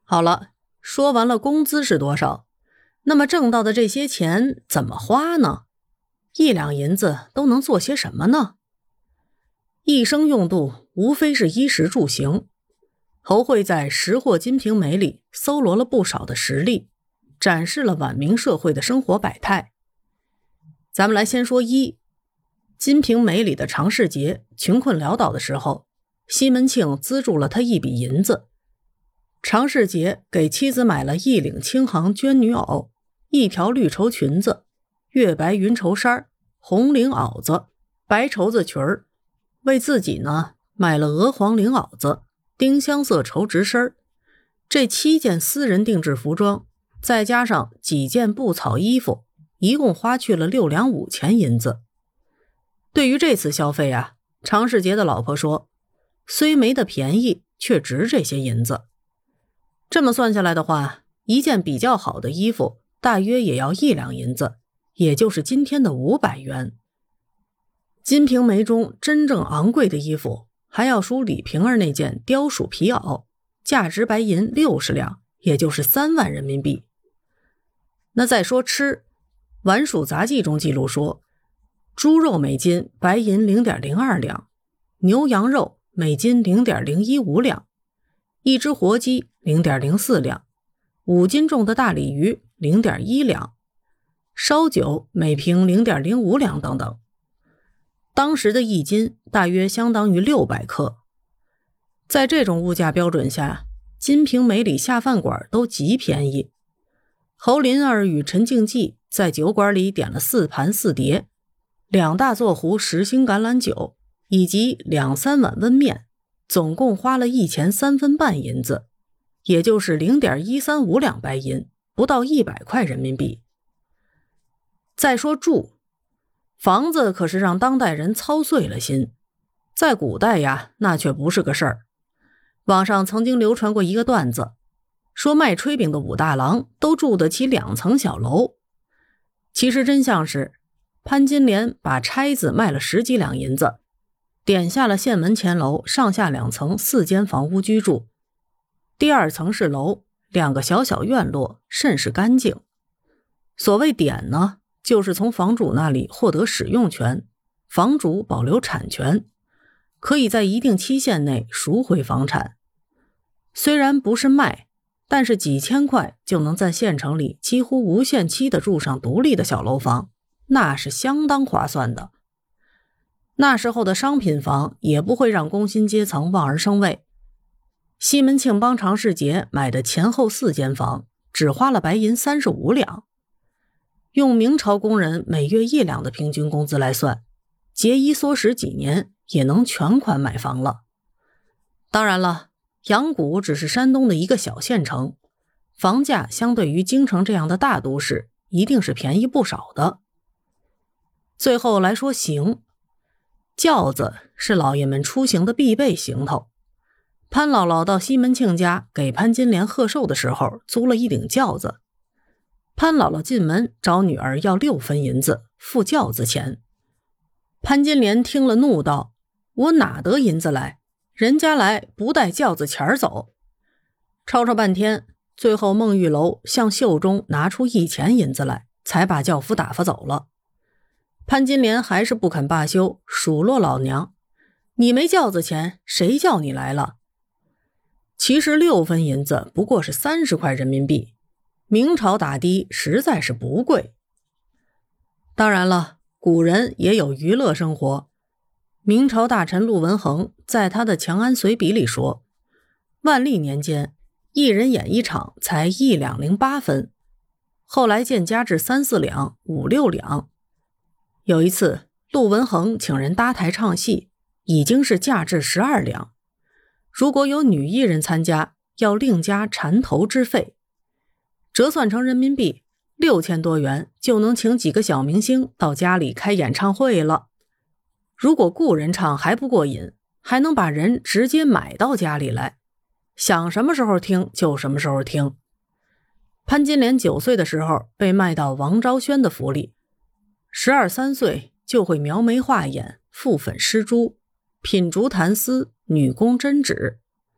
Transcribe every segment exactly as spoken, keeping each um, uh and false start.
好了，说完了工资是多少，那么挣到的这些钱怎么花呢？一两银子都能做些什么呢？一生用度无非是衣食住行。侯慧在《识货金瓶梅》里搜罗了不少的实例，展示了晚明社会的生活百态。咱们来先说一，《金瓶梅》里的常世杰穷困潦倒的时候，西门庆资助了他一笔银子。常世杰给妻子买了一领青杭绢女袄，一条绿绸裙子，月白云绸衫，红绫袄子，白绸子裙儿，为自己呢买了鹅黄绫袄子，丁香色绸直身。这七件私人定制服装，再加上几件布草衣服，一共花去了六两五钱银子。对于这次消费啊，常世杰的老婆说，虽没得便宜，却值这些银子。这么算下来的话，一件比较好的衣服大约也要一两银子，也就是今天的五百元。金瓶梅中真正昂贵的衣服，还要数李瓶儿那件貂鼠皮袄，价值白银六十两，也就是三万人民币。那再说吃，《晚蜀杂记》中记录说，猪肉每斤白银 零点零二两，牛羊肉每斤 零点零一五两，一只活鸡 零点零四两，五斤重的大鲤鱼 零点一两，烧酒每瓶 零点零五两等等。当时的一斤大约相当于六百克。在这种物价标准下，金瓶梅里下饭馆都极便宜。侯林儿与陈静济在酒馆里点了四盘四碟，两大座壶十星橄榄酒，以及两三碗温面，总共花了一钱三分半银子，也就是 零点一三五两白银，不到一百块人民币。再说住，房子可是让当代人操碎了心，在古代呀，那却不是个事儿。网上曾经流传过一个段子，说卖炊饼的武大郎都住得起两层小楼。其实真相是，潘金莲把差子卖了十几两银子，点下了县门前楼上下两层四间房屋居住。第二层是楼，两个小小院落，甚是干净。所谓点呢，就是从房主那里获得使用权，房主保留产权，可以在一定期限内赎回房产。虽然不是卖，但是几千块就能在县城里几乎无限期的住上独立的小楼房，那是相当划算的。那时候的商品房也不会让工薪阶层望而生畏。西门庆帮常世杰买的前后四间房，只花了白银三十五两。用明朝工人每月一两的平均工资来算，节衣缩食几年也能全款买房了。当然了，阳谷只是山东的一个小县城，房价相对于京城这样的大都市一定是便宜不少的。最后来说行，轿子是老爷们出行的必备行头。潘姥姥到西门庆家给潘金莲贺寿的时候，租了一顶轿子。潘姥姥进门找女儿要六分银子付轿子钱。潘金莲听了怒道，我哪得银子来，人家来不带轿子钱儿走。吵吵半天，最后孟玉楼向袖中拿出一钱银子来，才把轿夫打发走了。潘金莲还是不肯罢休，数落老娘，你没轿子钱，谁叫你来了？其实六分银子不过是三十块人民币，明朝打的实在是不贵。当然了，古人也有娱乐生活。明朝大臣陆文衡在他的《强安随笔》里说，万历年间一人演一场才一两零八分，后来渐加至三四两、五六两。有一次陆文衡请人搭台唱戏，已经是价至十二两，如果有女艺人参加，要另加缠头之费，折算成人民币六千多元，就能请几个小明星到家里开演唱会了。如果雇人唱还不过瘾，还能把人直接买到家里来，想什么时候听就什么时候听。潘金莲九岁的时候被卖到王昭轩的府里，十二三岁就会描眉画眼、覆粉施朱、品竹弹丝、女工针指。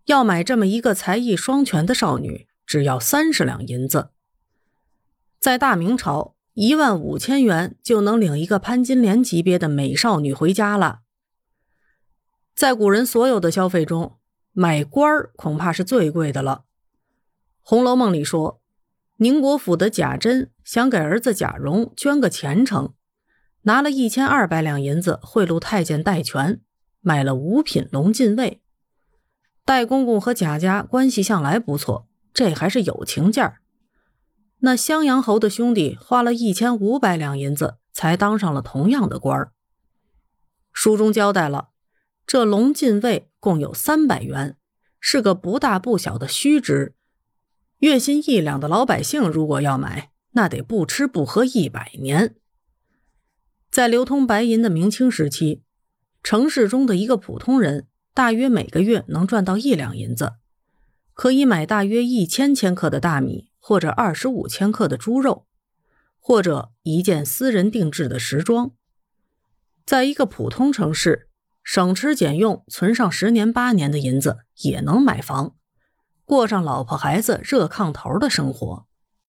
要买这么一个才艺双全的少女，只要三十两银子。在大明朝，一万五千元就能领一个潘金莲级别的美少女回家了。在古人所有的消费中，买官儿恐怕是最贵的了。《红楼梦》里说，宁国府的贾珍想给儿子贾蓉捐个前程，拿了一千二百两银子贿赂太监戴权，买了五品龙禁卫。戴公公和贾家关系向来不错，这还是有情价。那襄阳侯的兄弟花了一千五百两银子才当上了同样的官儿。书中交代了，这龙禁卫共有三百元，是个不大不小的虚职。月薪一两的老百姓如果要买，那得不吃不喝一百年。在流通白银的明清时期，城市中的一个普通人大约每个月能赚到一两银子，可以买大约一千千克的大米，或者二十五千克的猪肉，或者一件私人定制的时装。在一个普通城市，省吃俭用存上十年八年的银子也能买房，过上老婆孩子热炕头的生活。